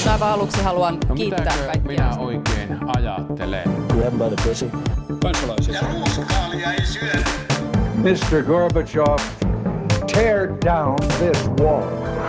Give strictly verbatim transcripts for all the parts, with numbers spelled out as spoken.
Aivan aluksi haluan no, kiittää kaikkia. Minä oikein ajattelen? Kansalaisia. Ja ruuskaalia ei syödä. mister Gorbachev, tear down this wall.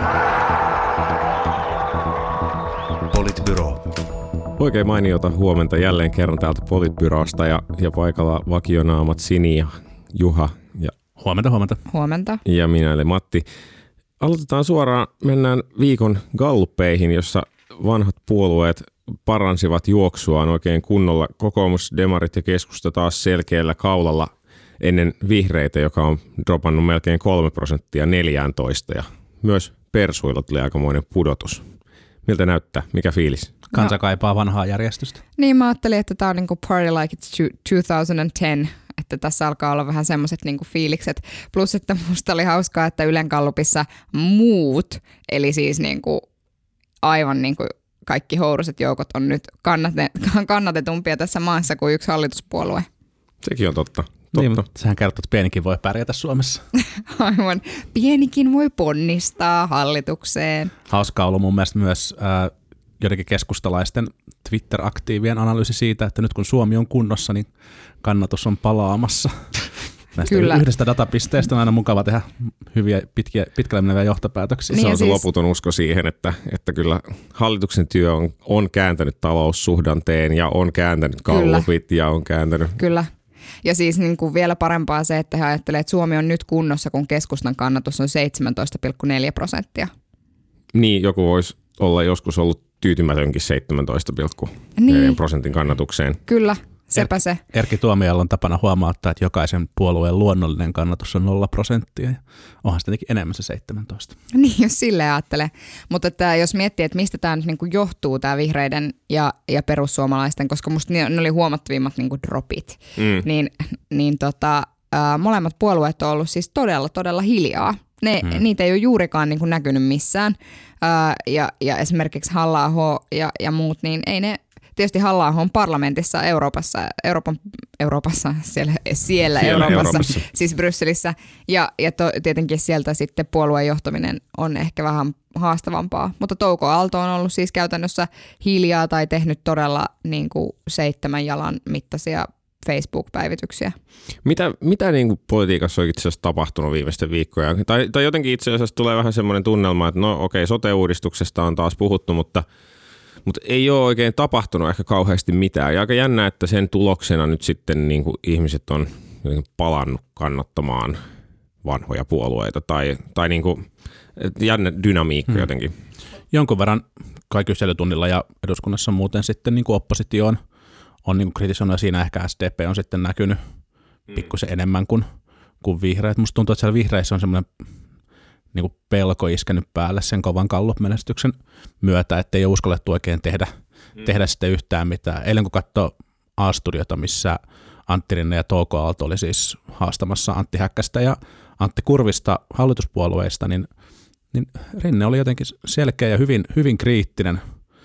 Politbyro. Oikein mainiota huomenta jälleen kerran täältä Politbyrosta ja, ja paikalla vakionaamat Sini ja Juha. Ja, huomenta, huomenta. Huomenta. Ja minä eli Matti. Aloitetaan suoraan, mennään viikon galluppeihin, jossa vanhat puolueet paransivat juoksuaan oikein kunnolla. Kokoomus, demarit ja keskusta taas selkeällä kaulalla ennen vihreitä, joka on dropannut melkein kolme prosenttia neljätoista ja myös persuilla tuli aikamoinen pudotus. Miltä näyttää? Mikä fiilis? Kansa kaipaa vanhaa järjestystä. Niin mä ajattelin, että tää on niinku party like it's kaksituhattakymmenen, että tässä alkaa olla vähän semmoiset niinku fiilikset. Plus, että musta oli hauskaa, että Ylen gallupissa muut, eli siis niinku aivan niinku kaikki houruset joukot on nyt kannate- kannatetumpia tässä maassa kuin yksi hallituspuolue. Sekin on totta. totta. Niin, sehän kertoo, että pienikin voi pärjätä Suomessa. Aivan. Pienikin voi ponnistaa hallitukseen. Hauskaa ollut mun mielestä myös äh, joidenkin keskustalaisten Twitter-aktiivien analyysi siitä, että nyt kun Suomi on kunnossa, niin kannatus on palaamassa. Näistä Kyllä. yhdestä datapisteestä on aina mukava tehdä hyviä, pitkiä, pitkälle meneviä johtopäätöksiä. Niin se on siis... se loputon usko siihen, että, että kyllä hallituksen työ on, on kääntänyt taloussuhdanteen ja on kääntänyt gallupit ja on kääntänyt. Kyllä. Ja siis niin kuin vielä parempaa se, että he ajattelevat, että Suomi on nyt kunnossa, kun keskustan kannatus on seitsemäntoista pilkku neljä prosenttia. Niin, joku voisi olla joskus ollut tyytymätönkin seitsemäntoista pilkku neljä niin. prosentin kannatukseen. Kyllä. Sepä se. Er- Erkki Tuomiolla on tapana huomauttaa, että jokaisen puolueen luonnollinen kannatus on nolla prosenttia. Ja onhan se tietenkin enemmän se seitsemäntoista. Niin, jos silleen ajattelee. Mutta että jos miettii, että mistä tämä nyt niinku johtuu, tämä vihreiden ja, ja perussuomalaisten, koska musta ne oli huomattavimmat niinku dropit, mm. niin, niin tota, ä, molemmat puolueet on ollut siis todella, todella hiljaa. Ne, mm. Niitä ei ole juurikaan niinku näkynyt missään. Ä, ja, ja esimerkiksi Halla-aho ja, ja muut, niin ei ne... Tietysti Halla-aho on parlamentissa Euroopassa, Euroopan, Euroopassa, siellä, siellä, siellä Euroopassa, Euroopassa, siis Brysselissä. Ja, ja to, tietenkin sieltä sitten puolueen johtaminen on ehkä vähän haastavampaa. Mutta Touko Aalto on ollut siis käytännössä hiljaa tai tehnyt todella niin kuin seitsemän jalan mittaisia Facebook-päivityksiä. Mitä, mitä niin kuin politiikassa on itse asiassa tapahtunut viimeisten viikkoja? Tai, tai jotenkin itse asiassa tulee vähän semmoinen tunnelma, että no okei, sote-uudistuksesta on taas puhuttu, mutta Mutta ei ole oikein tapahtunut ehkä kauheasti mitään. Ja aika jännä, että sen tuloksena nyt sitten niin kuin ihmiset on palannut kannattamaan vanhoja puolueita. Tai, tai niin kuin, jännä dynamiikka hmm. jotenkin. Jonkun verran kai kyselytunnilla ja eduskunnassa muuten sitten niin kuin oppositio on, on niin kuin kritisoinut. Ja siinä ehkä S D P on sitten näkynyt hmm. pikkusen enemmän kuin, kuin vihreät. Musta tuntuu, että siellä vihreissä on semmoinen... niin kuin pelko iskenyt päälle sen kovan gallup-menestyksen myötä, ettei ole uskallettu oikein tehdä, mm. tehdä sitten yhtään mitään. Eilen kun katsoi A-studiota, missä Antti Rinne ja Touko Aalto oli siis haastamassa Antti Häkkästä ja Antti Kurvista hallituspuolueista, niin, niin Rinne oli jotenkin selkeä ja hyvin, hyvin kriittinen.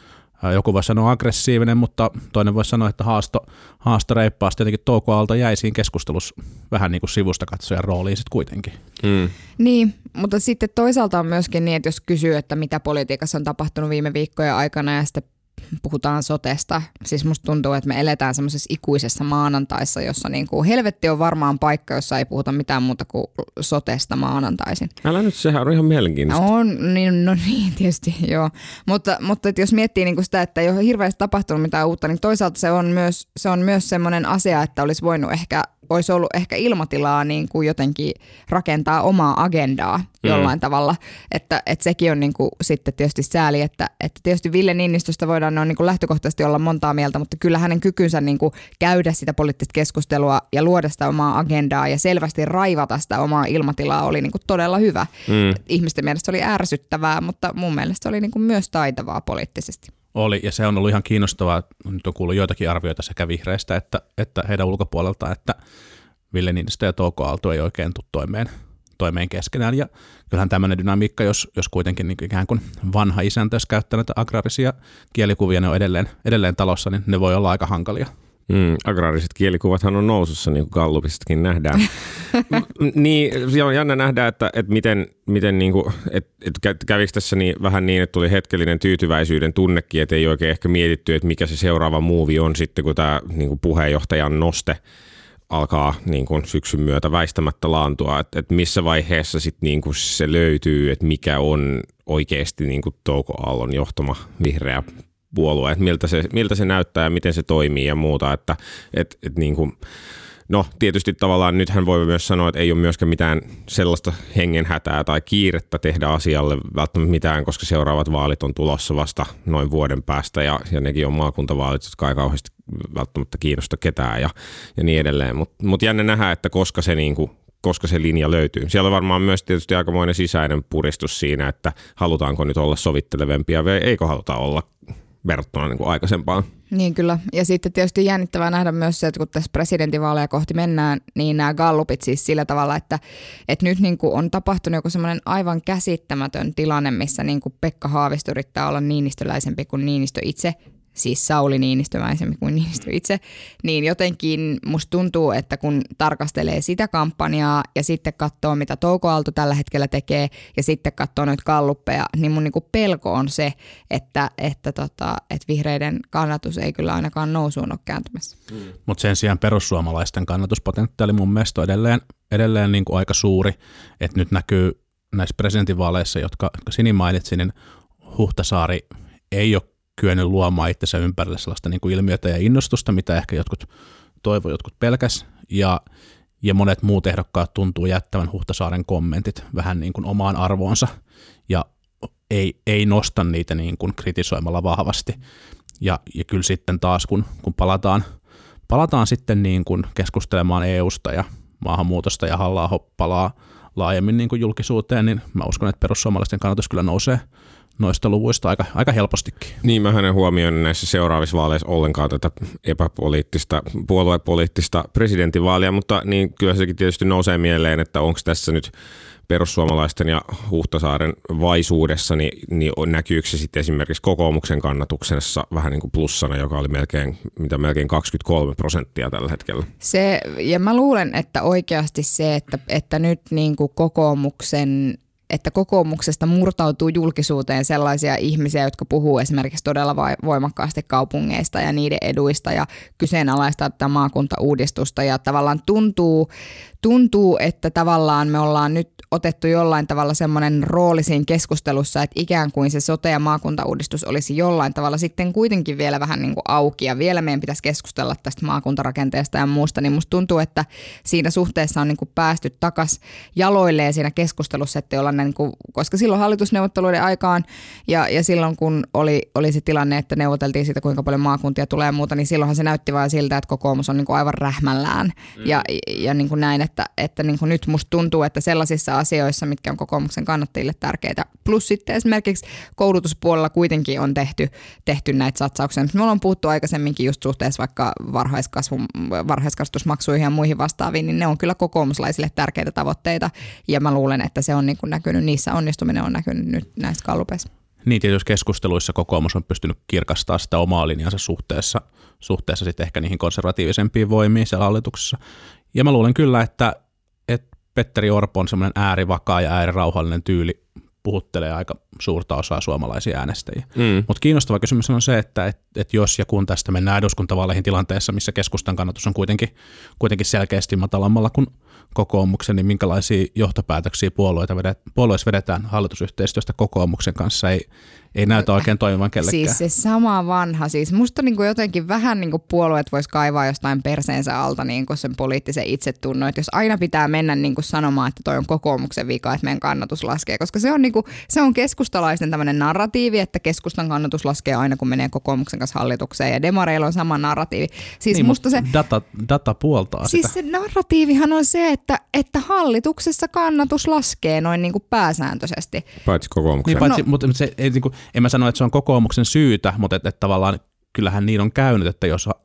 Joku voi sanoa aggressiivinen, mutta toinen voi sanoa, että haasto, haasto reippaasti. Jotenkin Touko Aalto jäi siinä keskustelussa vähän niin kuin sivusta katsojan rooliin sitten kuitenkin. Mm. Niin, mutta sitten toisaalta on myöskin niin, että jos kysyy, että mitä politiikassa on tapahtunut viime viikkojen aikana ja sitten puhutaan sotesta. Siis musta tuntuu, että me eletään semmoisessa ikuisessa maanantaissa, jossa niin kuin helvetti on varmaan paikka, jossa ei puhuta mitään muuta kuin sotesta maanantaisin. Älä nyt, sehän on ihan mielenkiintoista. On, niin, no niin, tietysti, joo. Mutta, mutta että jos miettii niin kuin sitä, että ei ole hirveästi tapahtunut mitään uutta, niin toisaalta se on myös, se on myös semmoinen asia, että olisi voinut ehkä, olisi ollut ehkä ilmatilaa niin kuin jotenkin rakentaa omaa agendaa jollain mm. tavalla. Että, että sekin on niin kuin sitten tietysti sääli, että, että tietysti Ville Niinistöstä voidaan on niin kuin lähtökohtaisesti olla montaa mieltä, mutta kyllä hänen kykynsä niin kuin käydä sitä poliittista keskustelua ja luoda sitä omaa agendaa ja selvästi raivata sitä omaa ilmatilaa oli niin kuin todella hyvä. Mm. Ihmisten mielestä se oli ärsyttävää, mutta mun mielestä se oli niin kuin myös taitavaa poliittisesti. Oli, ja se on ollut ihan kiinnostavaa. Nyt on kuullut joitakin arvioita sekä vihreistä että, että heidän ulkopuolelta, että Ville Niinistö ja Touko Aalto ei oikein tule toimeen, toimeen keskenään. Ja kyllähän tämmöinen dynamiikka, jos, jos kuitenkin niin ikään kuin vanha isäntä, jos käyttää näitä agraarisia kielikuvia, ne on edelleen, edelleen talossa, niin ne voi olla aika hankalia. Mm, agraariset kielikuvathan on nousussa, niin kuin Gallupistakin nähdään. Niin, on jännä nähdä, että, että miten, miten niin kuin, että, että kävikö tässä niin, vähän niin, että tuli hetkellinen tyytyväisyyden tunnekin, että ei oikein ehkä mietitty, että mikä se seuraava muuvi on sitten, kun tämä niin kuin puheenjohtajan noste alkaa niin kuin syksyn myötä väistämättä laantua, että, että missä vaiheessa sitten niin kuin se löytyy, että mikä on oikeasti niin kuin Touko Aallon johtama vihreä puolue, että miltä se, miltä se näyttää ja miten se toimii ja muuta, että et, et niin kuin, no tietysti tavallaan nythän voi myös sanoa, että ei ole myöskään mitään sellaista hengenhätää tai kiirettä tehdä asialle välttämättä mitään, koska seuraavat vaalit on tulossa vasta noin vuoden päästä ja, ja nekin on maakuntavaalit, jotka ei kauheasti välttämättä kiinnosta ketään ja, ja niin edelleen, mutta mut jännä nähdä, että koska se niin kuin koska se linja löytyy. Siellä on varmaan myös tietysti aikamoinen sisäinen puristus siinä, että halutaanko nyt olla sovittelevempia vai eikö haluta olla verrattuna niin kuin aikaisempaan. Niin kyllä. Ja sitten tietysti jännittävää nähdä myös se, että kun tässä presidentinvaaleja kohti mennään, niin nämä gallupit siis sillä tavalla, että, että nyt niin kuin on tapahtunut joku semmoinen aivan käsittämätön tilanne, missä niin kuin Pekka Haavisto yrittää olla niinistöläisempi kuin Niinistö itse, siis Sauli Niinistömäisempi kuin Niinistö itse, niin jotenkin musta tuntuu, että kun tarkastelee sitä kampanjaa ja sitten katsoo, mitä Touko Aalto tällä hetkellä tekee ja sitten katsoo noita galluppeja, niin mun niinku pelko on se, että, että, tota, että vihreiden kannatus ei kyllä ainakaan nousuun ole kääntymässä. Mm. Mutta sen sijaan perussuomalaisten kannatuspotentiaali mun mielestä on edelleen, edelleen niinku aika suuri, että nyt näkyy näissä presidentinvaaleissa, jotka, jotka Sini mainitsi, niin Huhtasaari ei ole kyennyt luomaan itsensä ympärille sellaista niin kuin ilmiötä ja innostusta, mitä ehkä jotkut toivoi, jotkut pelkäs, ja, ja monet muut ehdokkaat tuntuu jättävän Huhtasaaren kommentit vähän niin kuin omaan arvoonsa, ja ei, ei nosta niitä niin kuin kritisoimalla vahvasti. Ja, ja kyllä sitten taas, kun, kun palataan, palataan sitten niin kuin keskustelemaan E U:sta ja maahanmuutosta, ja Halla-aho palaa laajemmin niin kuin julkisuuteen, niin mä uskon, että perussuomalaisten kannatus kyllä nousee noista luvuista aika, aika helpostikin. Niin, mä en huomioinut näissä seuraavissa vaaleissa ollenkaan tätä epäpoliittista, puoluepoliittista presidentinvaalia, mutta niin kyllä sekin tietysti nousee mieleen, että onko tässä nyt perussuomalaisten ja Huhtasaaren vaisuudessa, niin, niin näkyykö se sitten esimerkiksi kokoomuksen kannatuksessa vähän niin kuin plussana, joka oli melkein, mitä melkein kaksikymmentäkolme prosenttia tällä hetkellä. Se, ja mä luulen, että oikeasti se, että, että nyt niin kuin kokoomuksen että kokoomuksesta murtautuu julkisuuteen sellaisia ihmisiä, jotka puhuu esimerkiksi todella voimakkaasti kaupungeista ja niiden eduista ja kyseenalaistaa tätä maakuntauudistusta ja tavallaan tuntuu, tuntuu, että tavallaan me ollaan nyt otettu jollain tavalla semmoinen rooli siinä keskustelussa, että ikään kuin se sote- ja maakuntauudistus olisi jollain tavalla sitten kuitenkin vielä vähän niin kuin auki ja vielä meidän pitäisi keskustella tästä maakuntarakenteesta ja muusta, niin musta tuntuu, että siinä suhteessa on niin kuin päästy takas jaloilleen siinä keskustelussa, että olla niin kuin, koska silloin hallitusneuvotteluiden aikaan ja, ja silloin kun oli, oli se tilanne, että neuvoteltiin siitä, kuinka paljon maakuntia tulee ja muuta, niin silloinhan se näytti vain siltä, että kokoomus on niin kuin aivan rähmällään mm. ja, ja niin kuin näin, että, että niin kuin nyt musta tuntuu, että sellaisissa asioissa, mitkä on kokoomuksen kannattajille tärkeitä. Plus sitten esimerkiksi koulutuspuolella kuitenkin on tehty, tehty näitä satsauksia. Me ollaan puhuttu aikaisemminkin just suhteessa vaikka varhaiskasvun, varhaiskasvatusmaksuihin ja muihin vastaaviin, niin ne on kyllä kokoomuslaisille tärkeitä tavoitteita. Ja mä luulen, että se on niin kuin näkynyt, niissä onnistuminen on näkynyt nyt näissä gallupeissa. Niin, tietysti keskusteluissa kokoomus on pystynyt kirkastamaan sitä omaa linjansa suhteessa, suhteessa sitten ehkä niihin konservatiivisempiin voimiin siellä hallituksessa. Ja mä luulen kyllä, että, että Petteri Orpo on semmoinen äärivakaa ja äärirauhallinen tyyli, puhuttelee aika suurta osaa suomalaisia äänestäjiä. Mm. Mutta kiinnostava kysymys on se, että et, et jos ja kun tästä mennään eduskuntavaaleihin tilanteessa, missä keskustan kannatus on kuitenkin, kuitenkin selkeästi matalammalla kuin kokoomuksen, niin minkälaisia johtopäätöksiä puolueita vedet, puolueissa vedetään hallitusyhteistyöstä kokoomuksen kanssa, ei, ei näytä oikein toimivan kellekään. Siis se sama vanha, siis musta niinku jotenkin vähän niinku puolueet vois kaivaa jostain perseensä alta niinku sen poliittisen itsetunnon, että jos aina pitää mennä niinku sanomaan, että toi on kokoomuksen vika, että meidän kannatus laskee, koska se on, niinku, se on keskustalaisten tämmöinen narratiivi, että keskustan kannatus laskee aina, kun menee kokoomuksen kanssa hallitukseen, ja demareilla on sama narratiivi. Siis niin, musta se, data, data puoltaa siis sitä. Se narratiivihan on se, että, että hallituksessa kannatus laskee noin niinku pääsääntöisesti. Paitsi kokoomuksen. Niin, paitsi, no, mutta se ei niinku, en mä sano, että se on kokoomuksen syytä, mutta että et tavallaan kyllähän niin on käynyt, että jos,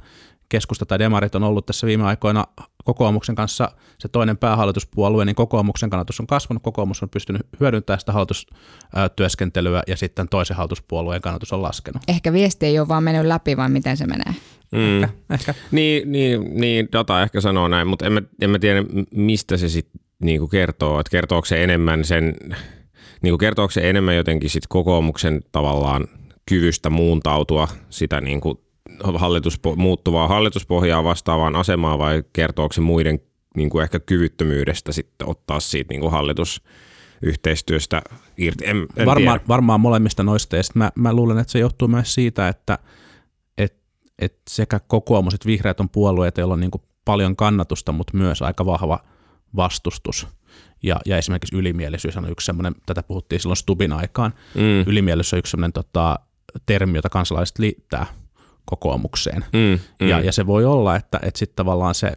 keskusta tai demarit on ollut tässä viime aikoina kokoomuksen kanssa se toinen päähallituspuolue, niin kokoomuksen kannatus on kasvanut, kokoomus on pystynyt hyödyntämään sitä hallitustyöskentelyä ja sitten toisen hallituspuolueen kannatus on laskenut. Ehkä viesti ei ole vaan mennyt läpi, vaan miten se menee. Mm. Ehkä, ehkä. Niin, niin, niin, data ehkä sanoo näin, mutta en mä, en mä tiedä, mistä se sitten niinku kertoo, että kertooko se enemmän sen, niinku kertooko se enemmän jotenkin sit kokoomuksen tavallaan kyvystä muuntautua sitä niinku hallituspo- muuttuvaa hallituspohjaa vastaavaan asemaan vai kertooko se muiden niinku ehkä kyvyttömyydestä sitten ottaa siitä niinku hallitusyhteistyöstä irti? En, en varmaan, tiedä. varmaan molemmista noista ja mä, mä luulen, että se johtuu myös siitä, että et, et sekä kokoomus että vihreät on puolueita, joilla on niinku paljon kannatusta, mutta myös aika vahva vastustus. Ja, ja esimerkiksi ylimielisyys on yksi semmoinen, tätä puhuttiin silloin Stubbin aikaan, mm. ylimielisyys on yksi semmoinen tota, termi, jota kansalaiset liittää kokoomukseen. Mm, mm. Ja, ja se voi olla, että, että sitten tavallaan se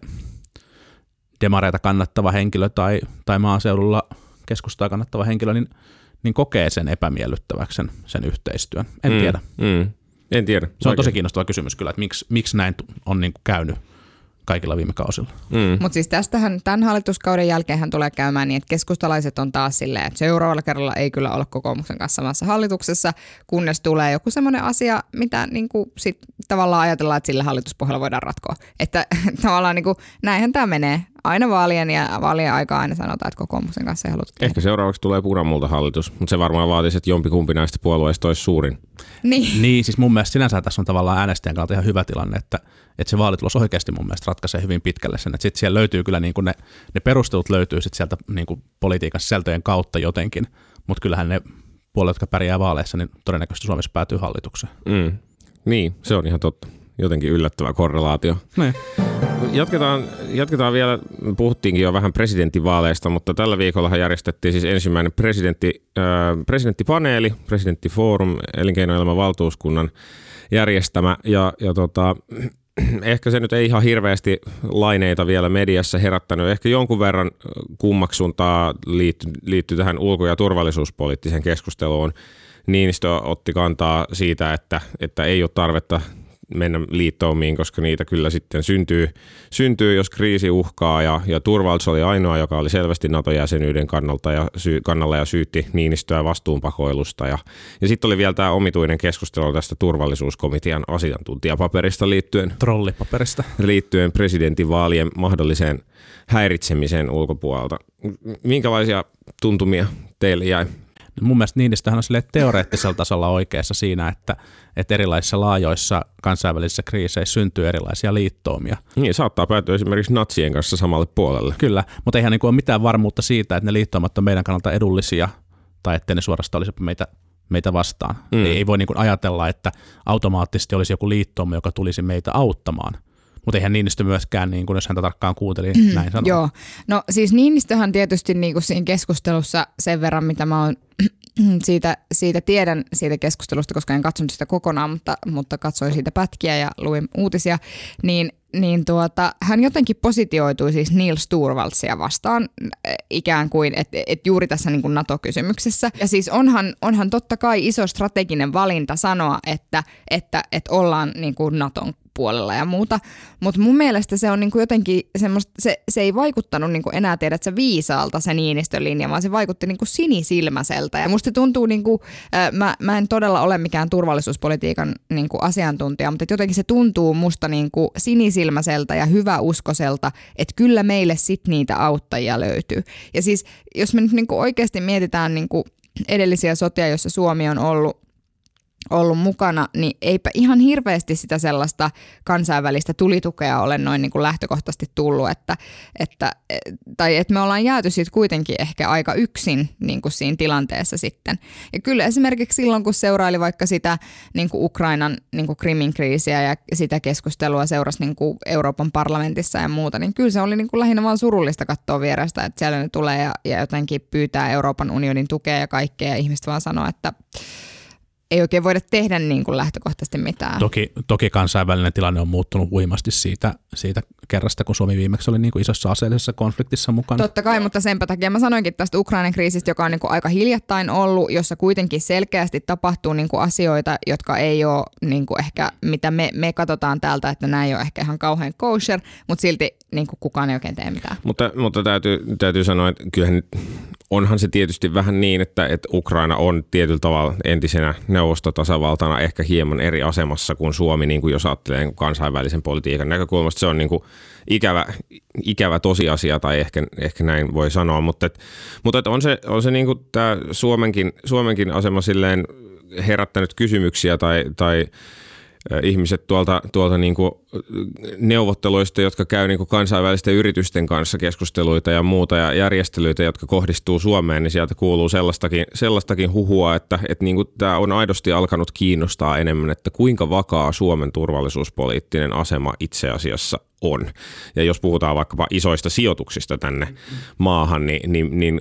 demareita kannattava henkilö tai, tai maaseudulla keskustaa kannattava henkilö, niin, niin kokee sen epämiellyttäväksi sen, sen yhteistyön. En mm, tiedä. Mm. En tiedä. Se on tosi kiinnostava kysymys kyllä, että miksi, miksi näin on niin kuin käynyt kaikilla viime kausilla. Mm. Mutta siis tästähän tämän hallituskauden jälkeen tulee käymään niin, että keskustalaiset on taas silleen, että seuraavalla kerralla ei kyllä ole kokoomuksen kanssa samassa hallituksessa, kunnes tulee joku semmoinen asia, mitä niinku sit tavallaan ajatellaan, että sillä hallituspohjalla voidaan ratkoa. Että tavallaan niinku, näinhän tämä menee. Aina vaalien ja vaalien aikaa aina sanotaan, että kokoomuksen kanssa ei haluta tehdä. Ehkä seuraavaksi tulee punamulta hallitus, mutta se varmaan vaatisi, että jompikumpi näistä puolueista olisi suurin. Niin. niin, siis mun mielestä sinänsä tässä on tavallaan äänestäjän kannalta ihan hyvä tilanne, että, että se vaalitulos oikeasti mun mielestä ratkaisee hyvin pitkälle sen, että sitten siellä löytyy kyllä niin kuin ne, ne perustelut löytyy sitten sieltä niin kuin politiikan sisältöjen kautta jotenkin, mutta kyllähän ne puolueet, jotka pärjää vaaleissa, niin todennäköisesti Suomessa päätyy hallitukseen. Mm. Niin, se on ihan totta. Jotenkin yllättävä korrelaatio. Niin. Jatketaan, jatketaan vielä, puhuttiinkin jo vähän presidenttivaaleista, mutta tällä viikolla järjestettiin siis ensimmäinen presidentti, äh, presidenttipaneeli, presidenttiforum, elinkeinoelämän valtuuskunnan järjestämä, ja, ja tota, ehkä se nyt ei ihan hirveästi laineita vielä mediassa herättänyt, ehkä jonkun verran kummaksuntaa liittyy liitty tähän ulko- ja turvallisuuspoliittiseen keskusteluun. Niinistö otti kantaa siitä, että, että ei ole tarvetta mennä liittoumiin, koska niitä kyllä sitten syntyy, syntyy jos kriisi uhkaa, ja, ja Turvalds oli ainoa, joka oli selvästi NATO-jäsenyyden kannalta ja syy, kannalla ja syytti Niinistöä vastuunpakoilusta. Ja, ja sitten oli vielä tämä omituinen keskustelu tästä turvallisuuskomitean asiantuntijapaperista liittyen, trollipaperista liittyen presidentinvaalien mahdolliseen häiritsemiseen ulkopuolelta. Minkälaisia tuntumia teille jäi? Mun mielestä Niinistöhän on teoreettisella tasolla oikeassa siinä, että, että erilaisissa laajoissa kansainvälisissä kriiseissä syntyy erilaisia liittoumia. Niin, saattaa päätyä esimerkiksi natsien kanssa samalle puolelle. Kyllä, mutta eihän niin kuin ole mitään varmuutta siitä, että ne liittoumat on meidän kannalta edullisia tai että ne suorastaan olisivat meitä, meitä vastaan. Mm. Ei, ei voi niin kuin ajatella, että automaattisesti olisi joku liittouma, joka tulisi meitä auttamaan. Mutta eihän Niinistö myöskään, niin kuin jos häntä tarkkaan kuunteli, mm, näin sanoa. Joo, no siis Niinistöhän tietysti niin kuin siinä keskustelussa sen verran, mitä mä oon siitä, siitä tiedän siitä keskustelusta, koska en katsonut sitä kokonaan, mutta, mutta katsoin siitä pätkiä ja luin uutisia, niin, niin tuota, hän jotenkin positioitui siis Niels Torvaldsia vastaan ikään kuin, että et juuri tässä niin kuin NATO-kysymyksessä. Ja siis onhan, onhan totta kai iso strateginen valinta sanoa, että, että, että ollaan niin kuin Naton puolella ja muuta, mutta mun mielestä se on niinku jotenkin semmoista, se, se ei vaikuttanut niinku enää tiedät sä viisaalta se Niinistön linja, vaan se vaikutti niinku sinisilmäiseltä. Ja musta tuntuu, niinku, äh, mä, mä en todella ole mikään turvallisuuspolitiikan niinku asiantuntija, mutta jotenkin se tuntuu musta niinku sinisilmäiseltä ja hyväuskoiselta, että kyllä meille sit niitä auttajia löytyy. Ja siis jos me nyt niinku oikeasti mietitään niinku edellisiä sotia, joissa Suomi on ollut ollut mukana, niin eipä ihan hirveästi sitä sellaista kansainvälistä tulitukea ole noin niin kuin lähtökohtaisesti tullut, että, että, tai että me ollaan jääty siitä kuitenkin ehkä aika yksin niin kuin siinä tilanteessa sitten. Ja kyllä esimerkiksi silloin, kun seuraili vaikka sitä niin kuin Ukrainan niin kuin Krimin kriisiä ja sitä keskustelua seurasi niin kuin Euroopan parlamentissa ja muuta, niin kyllä se oli niin kuin lähinnä vaan surullista katsoa vierestä, että siellä ne tulee ja, ja jotenkin pyytää Euroopan unionin tukea ja kaikkea ja ihmiset vaan sanoo, että ei oikein voida tehdä niin kuin lähtökohtaisesti mitään. Toki, toki kansainvälinen tilanne on muuttunut huimasti siitä, siitä kerrasta, kun Suomi viimeksi oli niin kuin isossa aseellisessa konfliktissa mukana. Totta kai, mutta senpä takia mä sanoinkin tästä Ukrainan kriisistä, joka on niin kuin aika hiljattain ollut, jossa kuitenkin selkeästi tapahtuu niin kuin asioita, jotka ei ole niin kuin ehkä, mitä me, me katsotaan täältä, että nämä ei ole ehkä ihan kauhean kosher, mutta silti niin kuin kukaan ei oikein tee mitään. Mutta, mutta täytyy, täytyy sanoa, että kyllähän onhan se tietysti vähän niin, että, että Ukraina on tietyllä tavalla entisenä neuvostotasavaltana ehkä hieman eri asemassa kuin Suomi, niin kuin jos ajattelee niin kuin kansainvälisen politiikan näkökulmasta. Se on niin kuin ikävä, ikävä tosiasia, tai ehkä, ehkä näin voi sanoa, mutta, et, mutta et on se, on se niin kuin tämä Suomenkin, Suomenkin asema silleen herättänyt kysymyksiä tai, tai ihmiset tuolta, tuolta niin kuin neuvotteluista, jotka käy niin kuin kansainvälisten yritysten kanssa keskusteluita ja muuta ja järjestelyitä, jotka kohdistuu Suomeen, niin sieltä kuuluu sellaistakin, sellaistakin huhua, että, että niin kuin tämä on aidosti alkanut kiinnostaa enemmän, että kuinka vakaa Suomen turvallisuuspoliittinen asema itse asiassa on. Ja jos puhutaan vaikkapa isoista sijoituksista tänne maahan, niin, niin, niin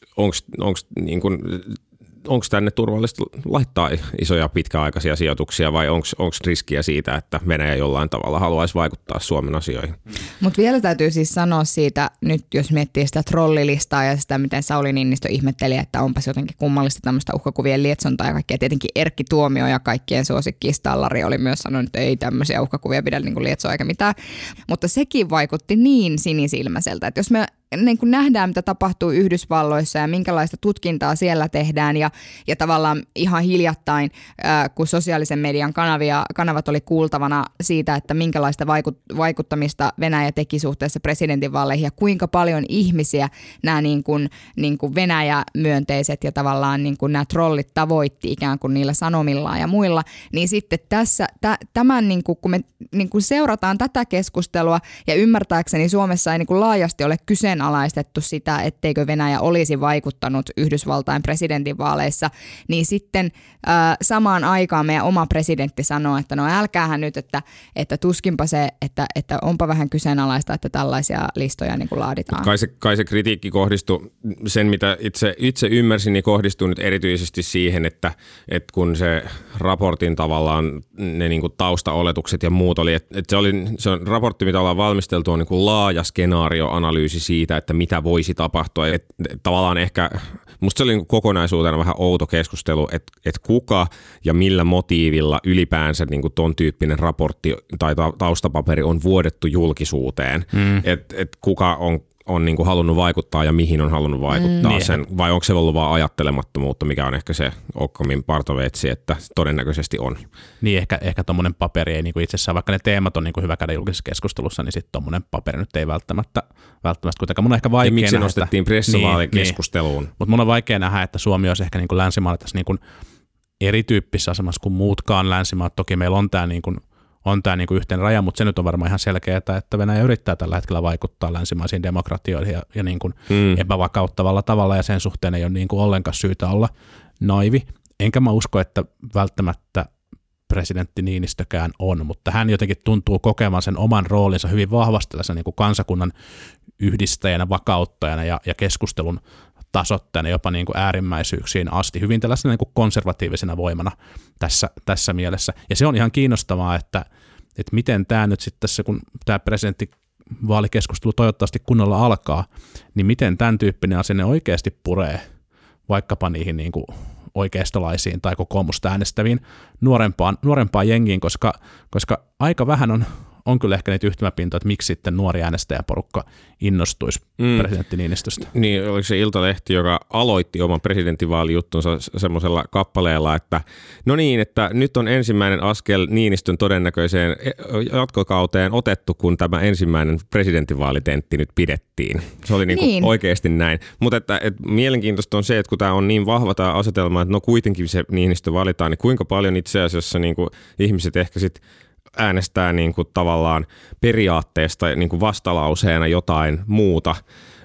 onko niin kuin onko tänne turvallista laittaa isoja pitkäaikaisia sijoituksia vai onko riskiä siitä, että Venäjä jollain tavalla haluaisi vaikuttaa Suomen asioihin? Mutta vielä täytyy siis sanoa siitä, nyt jos miettii sitä trollilistaa ja sitä, miten Sauli Niinistö ihmetteli, että onpas jotenkin kummallista tämmöistä uhkakuvien lietsontaa ja kaikkea. Tietenkin Erkki Tuomio ja kaikkien suosikki Stallari oli myös sanonut, että ei tämmöisiä uhkakuvia pidä niin kuin lietsoa eikä mitään. Mutta sekin vaikutti niin sinisilmäiseltä, että jos me niin kuin nähdään, mitä tapahtuu Yhdysvalloissa ja minkälaista tutkintaa siellä tehdään ja, ja tavallaan ihan hiljattain, ää, kun sosiaalisen median kanavia, kanavat oli kuultavana siitä, että minkälaista vaikut, vaikuttamista Venäjä teki suhteessa presidentinvaaleihin ja kuinka paljon ihmisiä nämä niin kuin, niin kuin Venäjä-myönteiset ja tavallaan niin kuin nämä trollit tavoitti ikään kuin niillä sanomillaan ja muilla, niin sitten tässä, tä, tämän niin kuin, kun me niin kuin seurataan tätä keskustelua ja ymmärtääkseni Suomessa ei niin kuin laajasti ole kyseen alaistettu sitä, etteikö Venäjä olisi vaikuttanut Yhdysvaltain presidentinvaaleissa, niin sitten äh, samaan aikaan meidän oma presidentti sanoo, että no älkäähän nyt, että, että tuskinpa se, että, että onpa vähän kyseenalaista, että tällaisia listoja niin kuin laaditaan. Kai se, kai se kritiikki kohdistui, sen mitä itse, itse ymmärsin, niin kohdistuu nyt erityisesti siihen, että, että kun se raportin tavallaan ne niin kuin taustaoletukset ja muut oli, että, että se, oli, se on raportti, mitä ollaan valmisteltu, on niin kuin laaja skenaarioanalyysi siitä, että mitä voisi tapahtua. Et, tavallaan ehkä, musta se oli kokonaisuutena vähän outo keskustelu, että et kuka ja millä motiivilla ylipäänsä niin kuin ton tyyppinen raportti tai taustapaperi on vuodettu julkisuuteen. Mm. Että et kuka on on niin kuin halunnut vaikuttaa ja mihin on halunnut vaikuttaa mm. sen, vai onko se ollut vaan ajattelemattomuutta, mikä on ehkä se Okkomin partoveitsi, että todennäköisesti on. Niin, ehkä, ehkä tuommoinen paperi ei niin kuin itsessään, vaikka ne teemat on niin kuin hyvä käydä julkisessa keskustelussa, niin sitten tuommoinen paperi nyt ei välttämättä, välttämättä kuitenkaan. Mun on ehkä vaikea ja miksi nähdä, nostettiin pressivaalikeskusteluun? Niin, mutta mun on vaikea nähdä, että Suomi olisi ehkä niin kuin länsimaalla tässä niin kuin erityyppisessä asemassa kuin muutkaan länsimaat. Toki meillä on tämä niin kuin on tämä niinku yhteen raja, mutta se nyt on varmaan ihan selkeää, että Venäjä yrittää tällä hetkellä vaikuttaa länsimaisiin demokratioihin ja, ja niinku mm. epävakauttavalla tavalla, ja sen suhteen ei ole niinku ollenkaan syytä olla naivi. Enkä mä usko, että välttämättä presidentti Niinistökään on, mutta hän jotenkin tuntuu kokemaan sen oman roolinsa hyvin vahvasti tällaisen niinku kansakunnan yhdistäjänä, vakauttajana ja, ja keskustelun tasoittajana jopa niin kuin äärimmäisyyksiin asti, hyvin tällaisena niin kuin konservatiivisena voimana tässä, tässä mielessä. Ja se on ihan kiinnostavaa, että, että miten tämä nyt sitten tässä, kun tämä presidenttivaalikeskustelu toivottavasti kunnolla alkaa, niin miten tämän tyyppinen asenne oikeasti puree vaikkapa niihin niin kuin oikeistolaisiin tai kokoomusta äänestäviin nuorempaan, nuorempaan jengiin, koska, koska aika vähän on on kyllä ehkä niitä yhtymäpintoja, että miksi sitten nuori äänestäjäporukka innostuisi mm. presidentti Niinistöstä. Niin, oliko se Iltalehti, joka aloitti oman presidentinvaalijuttunsa semmoisella kappaleella, että no niin, että nyt on ensimmäinen askel Niinistön todennäköiseen jatkokauteen otettu, kun tämä ensimmäinen presidentinvaalitentti nyt pidettiin. Se oli niinku niin. oikeasti näin. Mutta että, että mielenkiintoista on se, että kun tämä on niin vahva tämä asetelma, että no kuitenkin se Niinistö valitaan, niin kuinka paljon itse asiassa niinku ihmiset ehkä sitten äänestää niin kuin tavallaan periaatteesta niin kuin vastalauseena jotain muuta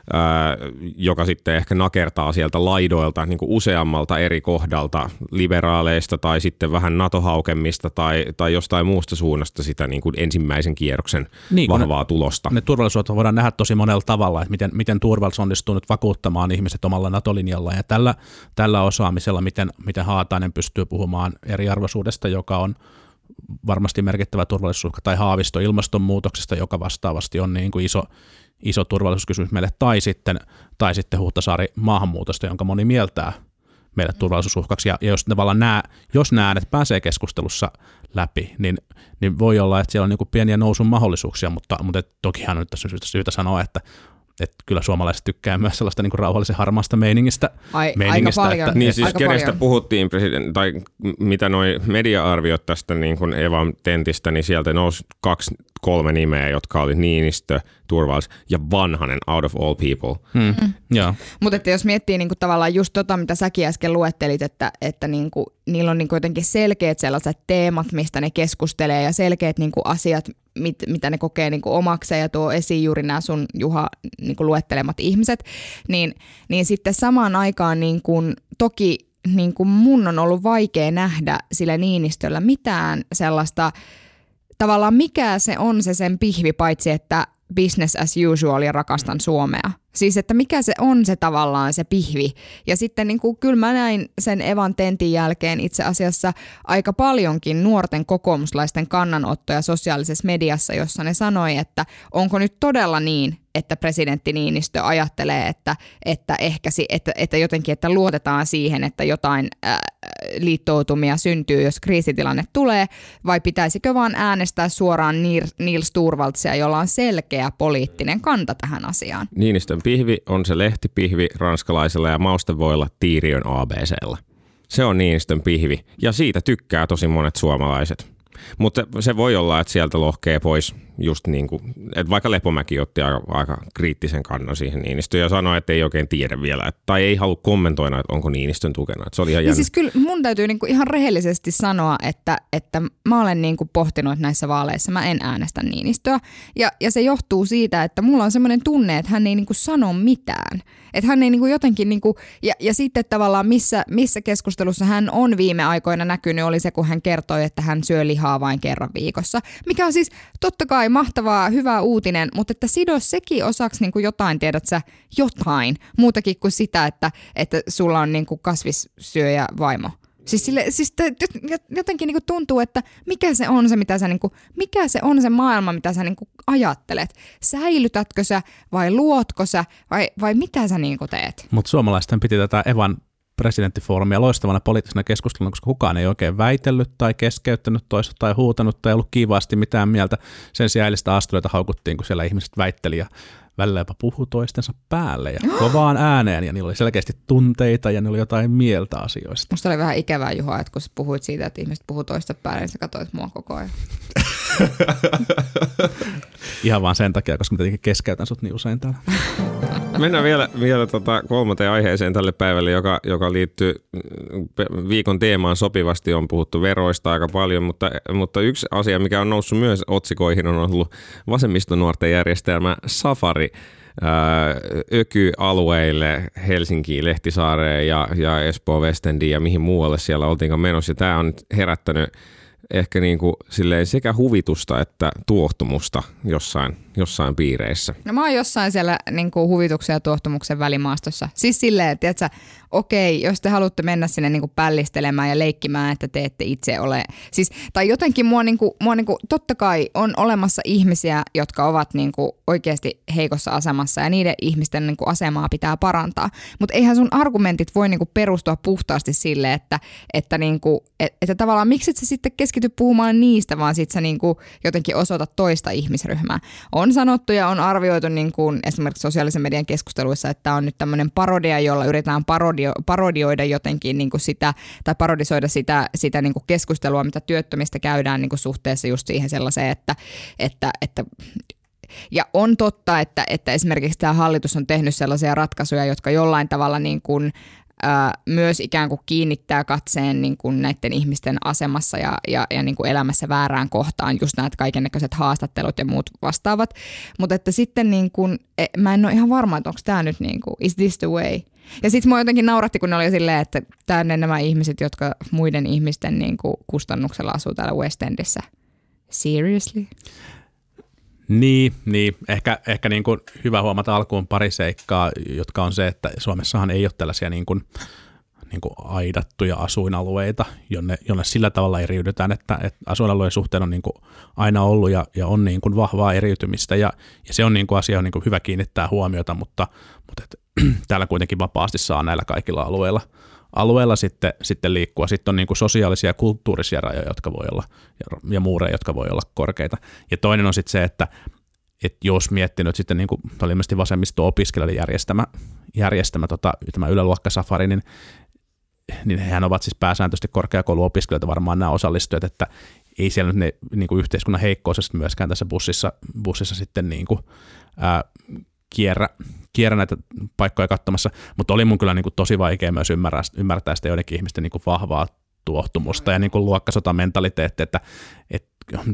ää, joka sitten ehkä nakertaa sieltä laidoilta niin kuin useammalta eri kohdalta, liberaaleista tai sitten vähän NATO-haukemmista tai, tai jostain muusta suunnasta sitä niin kuin ensimmäisen kierroksen niin, vahvaa ne, tulosta. Ne turvallisuutta voidaan nähdä tosi monella tavalla, että miten, miten turvallisuus onnistuu nyt vakuuttamaan ihmiset omalla NATO-linjalla ja tällä, tällä osaamisella, miten, miten Haatainen pystyy puhumaan eriarvoisuudesta, joka on varmasti merkittävä turvallisuusuhka, tai Haavisto ilmastonmuutoksesta, joka vastaavasti on niin kuin iso, iso turvallisuuskysymys meille, tai sitten, tai sitten Huhtasaari maahanmuutosta, jonka moni mieltää meille turvallisuusuhkaksi. Ja, ja jos, tavallaan nämä, jos nämä äänet pääsee keskustelussa läpi, niin, niin voi olla, että siellä on niin kuin pieniä nousun mahdollisuuksia, mutta, mutta tokihan on nyt tässä syytä, syytä sanoa, että että kyllä suomalaiset tykkää myös sellaista niin kuin rauhallisen harmaasta meiningistä. Ai, meiningistä aika paljon. Että, niin siis aika kenestä paljon. puhuttiin, president, tai mitä noi media-arviot tästä niin kuin Evan tentistä, niin sieltä nousi kaksi, kolme nimeä, jotka oli Niinistö, Turvallis ja Vanhanen, out of all people. Hmm. Hmm. Joo. Mutta jos miettii niinku tavallaan just tota, mitä säkin äsken luettelit, että, että niinku, niillä on niinku jotenkin selkeät sellaiset teemat, mistä ne keskustelee ja selkeät niinku asiat, mit, mitä ne kokee niinku omakseen ja tuo esiin juuri nämä sun Juha niinku luettelemat ihmiset, niin, niin sitten samaan aikaan niinku, toki niinku mun on ollut vaikea nähdä sillä Niinistöllä mitään sellaista, tavallaan mikä se on se sen pihvi, paitsi että business as usual ja rakastan Suomea. Siis, että mikä se on se tavallaan se pihvi. Ja sitten niin kuin, kyllä mä näin sen Evan tentin jälkeen itse asiassa aika paljonkin nuorten kokoomuslaisten kannanottoja sosiaalisessa mediassa, jossa ne sanoi, että onko nyt todella niin, että presidentti Niinistö ajattelee, että, että ehkä että, että jotenkin, että luotetaan siihen, että jotain ää, liittoutumia syntyy, jos kriisitilanne tulee, vai pitäisikö vaan äänestää suoraan Niels Torvaldsia, jolla on selkeä poliittinen kanta tähän asiaan. Niinistön pihvi on se lehtipihvi ranskalaisella ja maustevoilla Tiiriön A B C:llä. Se on Niinistön pihvi ja siitä tykkää tosi monet suomalaiset. Mutta se voi olla, että sieltä lohkee pois just niin kuin, että vaikka Lepomäki otti aika, aika kriittisen kannan siihen Niinistöön ja sanoi, että ei oikein tiedä vielä, että, tai ei halua kommentoida, että onko Niinistön tukena. Että se oli ihan niin siis kyllä mun täytyy niinku ihan rehellisesti sanoa, että, että mä olen niinku pohtinut näissä vaaleissa, mä en äänestä Niinistöä. Ja, ja se johtuu siitä, että mulla on semmoinen tunne, että hän ei niinku sano mitään. Että hän ei niinku jotenkin, niinku, ja, ja sitten tavallaan missä, missä keskustelussa hän on viime aikoina näkynyt, oli se, kun hän kertoi, että hän syö lihaa vain kerran viikossa. Mikä on siis totta kai mahtavaa, hyvä uutinen, mutta että sidos sekin osaksi niinku jotain, tiedät sä, jotain, muutakin kuin sitä, että, että sulla on niinku kasvissyöjä vaimo. Siis, sille, siis jotenkin niinku tuntuu, että mikä se on se, mitä sä niinku, mikä se on se maailma, mitä sä niinku ajattelet. Säilytätkö sä vai luotko sä vai, vai mitä sä niinku teet? Mutta suomalaisten piti tätä Evan presidenttifoorumia loistavana poliittisena keskusteluna, koska kukaan ei oikein väitellyt tai keskeyttänyt toista tai huutanut tai ollut kiivaasti mitään mieltä. Sen sijaan eilistä Astureita haukuttiin, kun siellä ihmiset väitteli ja välillä jopa puhui toistensa päälle ja kovaan ääneen ja niillä oli selkeästi tunteita ja ne oli jotain mieltä asioista. Musta oli vähän ikävää, Juha, että kun sä puhuit siitä, että ihmiset puhuu toista päälle, niin sä katsoit mua koko ajan. Ihan vaan sen takia, koska mä tietenkin keskeytän sut niin usein täällä. Mennään vielä, vielä tota kolmanteen aiheeseen tälle päivälle, joka, joka liittyy viikon teemaan sopivasti. On puhuttu veroista aika paljon, mutta, mutta yksi asia, mikä on noussut myös otsikoihin, on ollut vasemmistonuorten järjestelmä Safari ökyalueille, Helsinkiin, Lehtisaareen ja, ja Espoo Westendiin ja mihin muualle siellä oltiinkaan menossa. Tämä on nyt herättänyt ehkä niin kuin silleen sekä huvitusta että tuohtumusta jossain, jossain piireissä. No mä oon jossain siellä niin kuin huvituksen ja tuohtumuksen välimaastossa. Siis silleen, että tiiätkö, okei, jos te haluatte mennä sinne niin kuin pällistelemään ja leikkimään, että te ette itse ole. Siis, tai jotenkin mua, niin kuin, mua niin kuin, totta kai on olemassa ihmisiä, jotka ovat niin kuin oikeasti heikossa asemassa ja niiden ihmisten niin kuin asemaa pitää parantaa. Mutta eihän sun argumentit voi niin kuin perustua puhtaasti sille, että, että, niin kuin, että, että tavallaan miksi et sä sitten keskity puhumaan niistä, vaan sit sä niin kuin jotenkin osoitat toista ihmisryhmää. On sanottu ja on arvioitu niin kuin esimerkiksi sosiaalisen median keskusteluissa, että tämä on nyt tämmöinen parodia, jolla yritetään parodio, parodioida jotenkin niin kuin sitä, tai parodisoida sitä, sitä niin kuin keskustelua, mitä työttömistä käydään niin kuin suhteessa just siihen sellaiseen, että, että, että ja on totta, että, että esimerkiksi tämä hallitus on tehnyt sellaisia ratkaisuja, jotka jollain tavalla niin kuin ää, myös ikään kuin kiinnittää katseen niin kuin näiden ihmisten asemassa ja, ja, ja niin kuin elämässä väärään kohtaan, just näitä kaikennäköiset haastattelut ja muut vastaavat. Mutta että sitten niin kuin, mä en ole ihan varma, että onko tämä nyt niin kuin, is this the way? Ja sitten mua jotenkin nauratti, kun ne oli silleen, että tänne nämä ihmiset, jotka muiden ihmisten niin kuin kustannuksella asuu täällä West Endissä. Seriously? Niin, niin. ehkä, ehkä niin kuin hyvä huomata alkuun pari seikkaa, jotka on se, että Suomessahan ei ole tällaisia niin kuin, niin kuin aidattuja asuinalueita, jonne, jonne sillä tavalla eriydytään, että, että asuinalueen suhteen on niin kuin aina ollut ja, ja on niin kuin vahvaa eriytymistä ja, ja se on niin kuin asia on niin kuin hyvä kiinnittää huomiota, mutta, mutta et, täällä kuitenkin vapaasti saa näillä kaikilla alueilla, alueilla sitten, sitten liikkua. Sitten on niin kuin sosiaalisia ja kulttuurisia rajoja, jotka voi olla, ja, ja muureja, jotka voi olla korkeita. Ja toinen on sitten se, että, että jos miettinyt sitten, niin kuin oli ilmeisesti vasemmisto-opiskelijoiden järjestämä, järjestämä tota, tämä yläluokkasafari, niin, niin hehän ovat siis pääsääntöisesti korkeakouluopiskelijoita varmaan nämä osallistujat, että ei siellä nyt ne niin kuin yhteiskunnan heikkous myöskään tässä bussissa, bussissa sitten niin kuin, ää, kierrä, kierrä näitä paikkoja katsomassa, mutta oli mun kyllä niin kuin tosi vaikea myös ymmärtää, ymmärtää sitä joidenkin ihmisten niin kuin vahvaa tuohtumusta ja niin kuin luokkasotamentaliteetti, että, että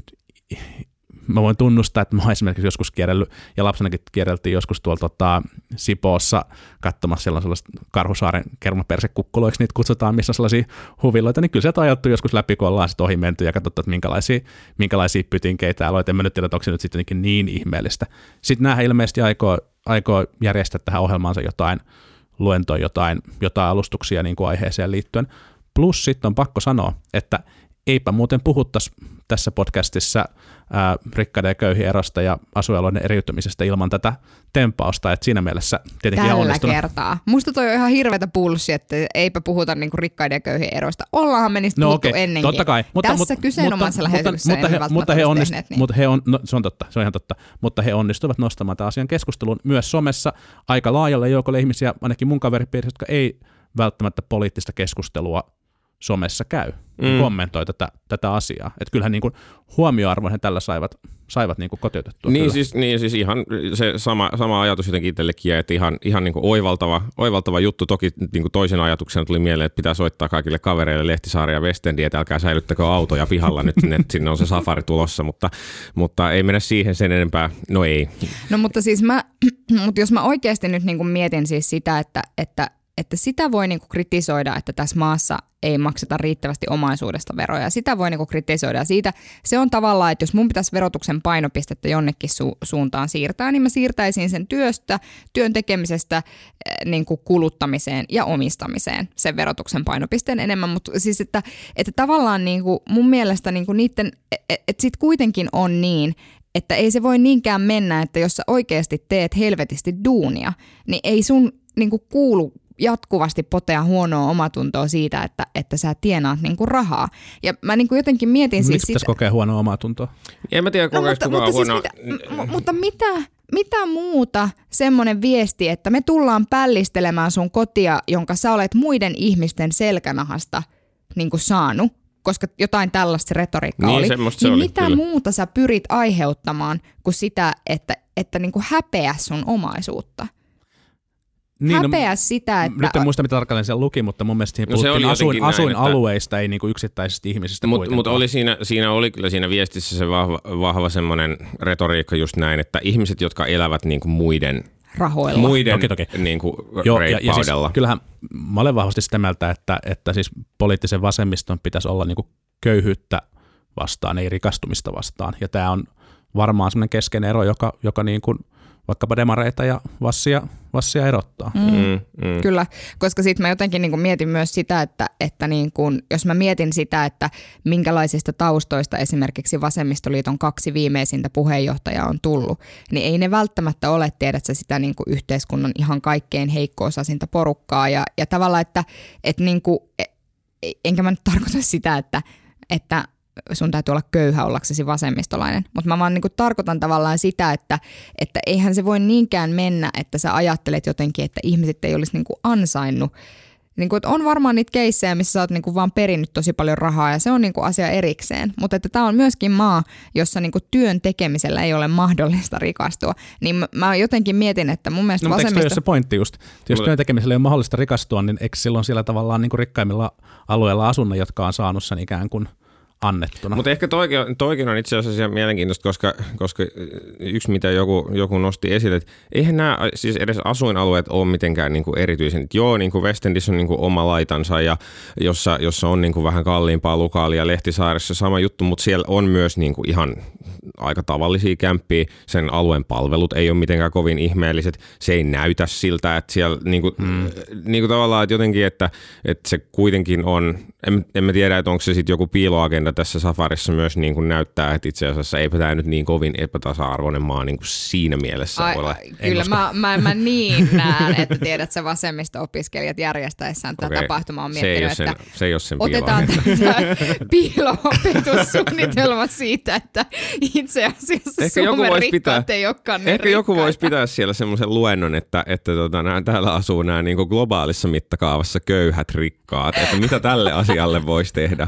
mä voin tunnustaa, että mä oon esimerkiksi joskus kierrellyt, ja lapsenakin kierreltiin joskus tuolla tota, Sipoossa katsomassa, siellä on sellaiset Karhusaaren kermapersekukkuloiksi, niitä kutsutaan, missä on sellaisia huviloita, niin kyllä sieltä on ajettu joskus läpi, kun ollaan sitten ohi menty ja katsottu, että minkälaisia, minkälaisia pytinkeitä täällä on, en mä nyt tiedä, että onko se nyt sitten niin ihmeellistä. Sitten näähän ilmeisesti aikoo, aikoo järjestää tähän ohjelmaansa jotain luentoja, jotain, jotain alustuksia niin kuin aiheeseen liittyen. Plus sitten on pakko sanoa, että eipä muuten puhuttaisi tässä podcastissa ää, rikkaiden ja köyhien erosta ja asuinalueiden eriytymisestä ilman tätä tempausta, että siinä mielessä tietenkin Tällä onnistunut. kertaa. Musta toi on ihan hirveätä pulssia, että eipä puhuta niinku rikkaiden ja köyhien erosta. Ollaanhan me niistä No puhuttu okei, ennenkin. totta kai. Mutta, Tässä mutta, kyseenomaisessa mutta, lähetyksessä mutta, emme he, mutta he välttämättä onnist, tehneet niin. mutta he on, no, se on totta, se on ihan totta, mutta he onnistuivat nostamaan tämän asian keskusteluun myös somessa aika laajalle joukolle ihmisiä, ainakin mun kaveripiirissä, jotka ei välttämättä poliittista keskustelua somessa käy, mm. kommentoi tätä, tätä asiaa. Että kyllähän niin kuin huomioarvon he tällä saivat, saivat niin kuin kotiutettua. Niin siis, niin siis ihan se sama, sama ajatus jotenkin itsellekin, että ihan, ihan niin kuin oivaltava, oivaltava juttu. Toki niin kuin toisen ajatuksena tuli mieleen, että pitää soittaa kaikille kavereille Lehtisaari ja West Endiin, että älkää säilyttäkö autoja pihalla nyt, että sinne on se safari tulossa, mutta, mutta ei mennä siihen sen enempää. No ei. No mutta siis mä, mutta jos mä oikeasti nyt niin kuin mietin siis sitä, että, että että sitä voi niinku kritisoida, että tässä maassa ei makseta riittävästi omaisuudesta veroja. Sitä voi niinku kritisoida. Siitä se on tavallaan, että jos mun pitäisi verotuksen painopistettä jonnekin su- suuntaan siirtää, niin mä siirtäisin sen työstä, työn tekemisestä äh, niinku kuluttamiseen ja omistamiseen sen verotuksen painopisteen enemmän. Mutta siis, että, että tavallaan niinku mun mielestä niinku niiden, että et sit kuitenkin on niin, että ei se voi niinkään mennä, että jos sä oikeasti teet helvetisti duunia, niin ei sun niinku kuulu jatkuvasti potea huonoa omatuntoa siitä, että, että sä tienaat niinku rahaa. Ja mä niinku jotenkin mietin siis Miksi sitä. pitäisi kokea huonoa omatuntoa? En mä tiedä, No, mutta, mutta, siis mitä, m- mutta mitä, mitä muuta semmoinen viesti, että me tullaan pällistelemään sun kotia, jonka sä olet muiden ihmisten selkänahasta niinku saanut, koska jotain tällaista retoriikkaa niin, oli, se niin oli, mitä kyllä. muuta sä pyrit aiheuttamaan kuin sitä, että, että niinku häpeä sun omaisuutta? Niin, häpeä no, sitä, että... Nyt en muista, mitä tarkalleen siellä luki, mutta mun mielestä siinä No puhuttiin asuin, näin, asuinalueista, että... ei niinku yksittäisistä ihmisistä Mutta mut oli siinä, siinä oli kyllä siinä viestissä se vahva, vahva semmoinen retoriikka just näin, että ihmiset, jotka elävät niinku muiden... rahoilla. Muiden toki, toki. Niinku Joo, ja, ja siis, reippaudella. kyllähän mä olen vahvasti sitä mieltä, että, että siis poliittisen vasemmiston pitäisi olla niinku köyhyyttä vastaan, ei rikastumista vastaan. Ja tämä on varmaan semmoinen keskeinen ero, joka, joka niin kuin vaikkapa demareita ja vassia, vassia erottaa. Mm. Mm, mm. Kyllä, koska sitten mä jotenkin niin kuin mietin myös sitä, että, että niin kuin, jos mä mietin sitä, että minkälaisista taustoista esimerkiksi Vasemmistoliiton kaksi viimeisintä puheenjohtajaa on tullut, niin ei ne välttämättä ole, tiedätkö, sitä niin kuin yhteiskunnan ihan kaikkein heikko-osaisinta porukkaa. Ja, ja tavallaan, että, että niin kuin, enkä mä nyt tarkoita sitä, että, että sun täytyy olla köyhä ollaksesi vasemmistolainen. Mutta mä vaan niinku tarkoitan tavallaan sitä, että, että eihän se voi niinkään mennä, että sä ajattelet jotenkin, että ihmiset ei olisi niinku ansainnut Niin kuin, että on varmaan niitä keissejä, missä sä oot niin kuin vaan perinnyt tosi paljon rahaa ja se on niin kuin asia erikseen. Mutta että tämä on myöskin maa, jossa niin kuin työn tekemisellä ei ole mahdollista rikastua. Niin mä jotenkin mietin, että mun mielestä no, vasemmisto... Mutta eikö se pointti just? Jos työn tekemisellä ei ole mahdollista rikastua, niin eikö silloin siellä tavallaan niin kuin rikkaimmilla alueilla asunnon, jotka on saanut sen ikään kuin annettuna. Mutta ehkä toikin, toikin on itse asiassa mielenkiintoista, koska, koska yksi mitä joku, joku nosti esille, että eihän nämä siis edes asuinalueet ole mitenkään niinku erityisen. Joo, niinku West Endissä on niinku oma laitansa, ja jossa, jossa on niinku vähän kalliimpaa lukaalia, Lehtisaaressa sama juttu, mutta siellä on myös niinku ihan aika tavallisia kämppiä. Sen alueen palvelut ei ole mitenkään kovin ihmeelliset. Se ei näytä siltä, että siellä niinku, hmm. niinku tavallaan että jotenkin, että, että se kuitenkin on, en, en mä tiedä, että onko se sitten joku piiloagenda tässä safarissa myös niin kuin näyttää, että itse asiassa eipä tämä nyt niin kovin epätasa-arvoinen maa niin kuin siinä mielessä Ai, ole. Kyllä mä, mä, mä niin näen, että tiedät sä vasemmisto-opiskelijat järjestäessään tätä okay. tapahtumaa on miettinyt, se että sen, se ei ole sen otetaan piilo-opetussuunnitelma siitä, että itse asiassa ehkä Suomen rikkaat pitää, ei olekaan ne Ehkä rikkaita. Joku voisi pitää siellä semmoisen luennon, että, että tota, nää, täällä asuu nämä niin kuin globaalissa mittakaavassa köyhät rikkaat, että mitä tälle asialle voisi tehdä.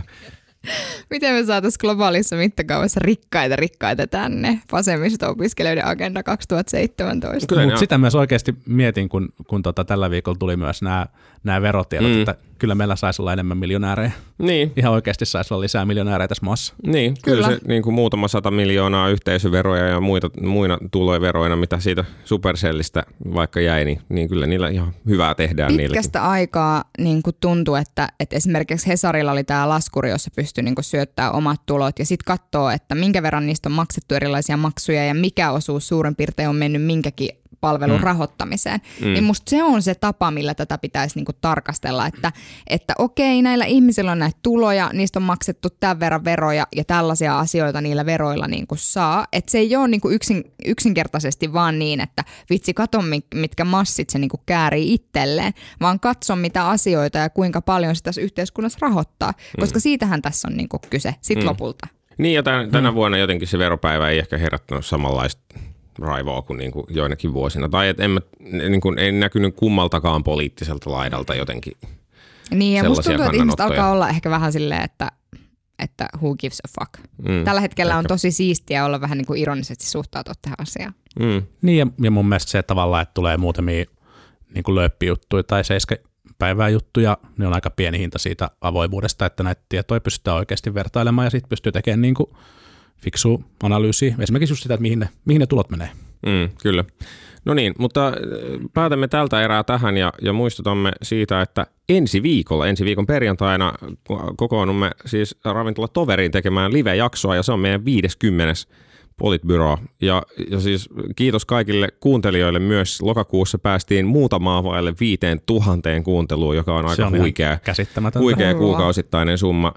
Miten me saataisiin globaalissa mittakaavassa rikkaita rikkaita tänne? Vasemmisto-opiskelijoiden agenda kaksituhattaseitsemäntoista. Mutta sitä myös oikeasti mietin, kun, kun tota, tällä viikolla tuli myös nämä, nämä verotiedot, mm. että kyllä meillä saisi olla enemmän miljonäärejä. Niin. Ihan oikeasti saisi olla lisää miljonäärejä tässä maassa. Niin, kyllä, kyllä se niin kuin muutama sata miljoonaa yhteisöveroja ja muita, muina tuloveroina, mitä siitä Supercellistä vaikka jäi, niin, niin kyllä niillä ihan hyvää tehdään. Pitkästä niilläkin. aikaa niin kuin tuntui, että, että esimerkiksi Hesarilla oli tämä laskuri, jossa pystyi niin kuin syöttämään omat tulot ja sitten katsoo, että minkä verran niistä on maksettu erilaisia maksuja ja mikä osuus suurin piirtein on mennyt minkäkin palvelun mm. rahoittamiseen. Mm. Niin musta se on se tapa, millä tätä pitäisi niinku tarkastella, että, että okei, näillä ihmisillä on näitä tuloja, niistä on maksettu tämän verran veroja ja tällaisia asioita niillä veroilla niinku saa. Että se ei ole niinku yksin, yksinkertaisesti vaan niin, että vitsi kato mitkä massit se niinku käärii itselleen, vaan katso mitä asioita ja kuinka paljon se tässä yhteiskunnassa rahoittaa, koska mm. siitähän tässä on niinku kyse sit mm. lopulta. Niin ja tämän, tänä mm. vuonna jotenkin se veropäivä ei ehkä herättänyt samanlaista raivoa kuin, niin kuin joinakin vuosina. Tai et en mä, niin kuin, ei näkynyt kummaltakaan poliittiselta laidalta jotenkin. Niin ja musta tuntuu, että ihmiset alkaa olla ehkä vähän silleen, että, että who gives a fuck. Mm, Tällä hetkellä ehkä. On tosi siistiä olla vähän niin kuin ironisesti suhtautua tähän asiaan. Mm. Niin ja, ja mun mielestä se tavallaan, että tulee muutamia niin kuin lööppijuttuja tai seiskapäivää juttuja, ne on aika pieni hinta siitä avoimuudesta, että näitä tietoja pystytään oikeasti vertailemaan ja sitten pystyy tekemään niin kuin fiksua analyysiä, esimerkiksi just sitä, että mihin ne, mihin ne tulot menee. Mm, kyllä. No niin, mutta päätämme tältä erää tähän ja, ja muistutamme siitä, että ensi viikolla, ensi viikon perjantaina kokoonnumme siis Ravintola Toveriin tekemään live-jaksoa ja se on meidän viideskymmenes Politbyro. Ja, ja siis kiitos kaikille kuuntelijoille myös. Lokakuussa päästiin muutamaa vaille viiteen tuhanteen kuunteluun, joka on aika on huikea, huikea kuukausittainen summa.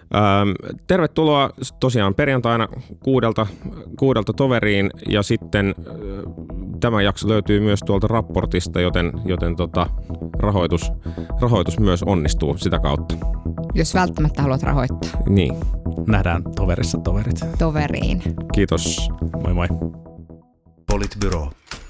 Ähm, tervetuloa tosiaan perjantaina kuudelta, kuudelta Toveriin ja sitten äh, tämä jakso löytyy myös tuolta raportista, joten, joten tota, rahoitus, rahoitus myös onnistuu sitä kautta. Jos välttämättä haluat rahoittaa. Niin. Nähdään Toverissa toverit. Toveriin. Kiitos. Moi moi. Politbyro.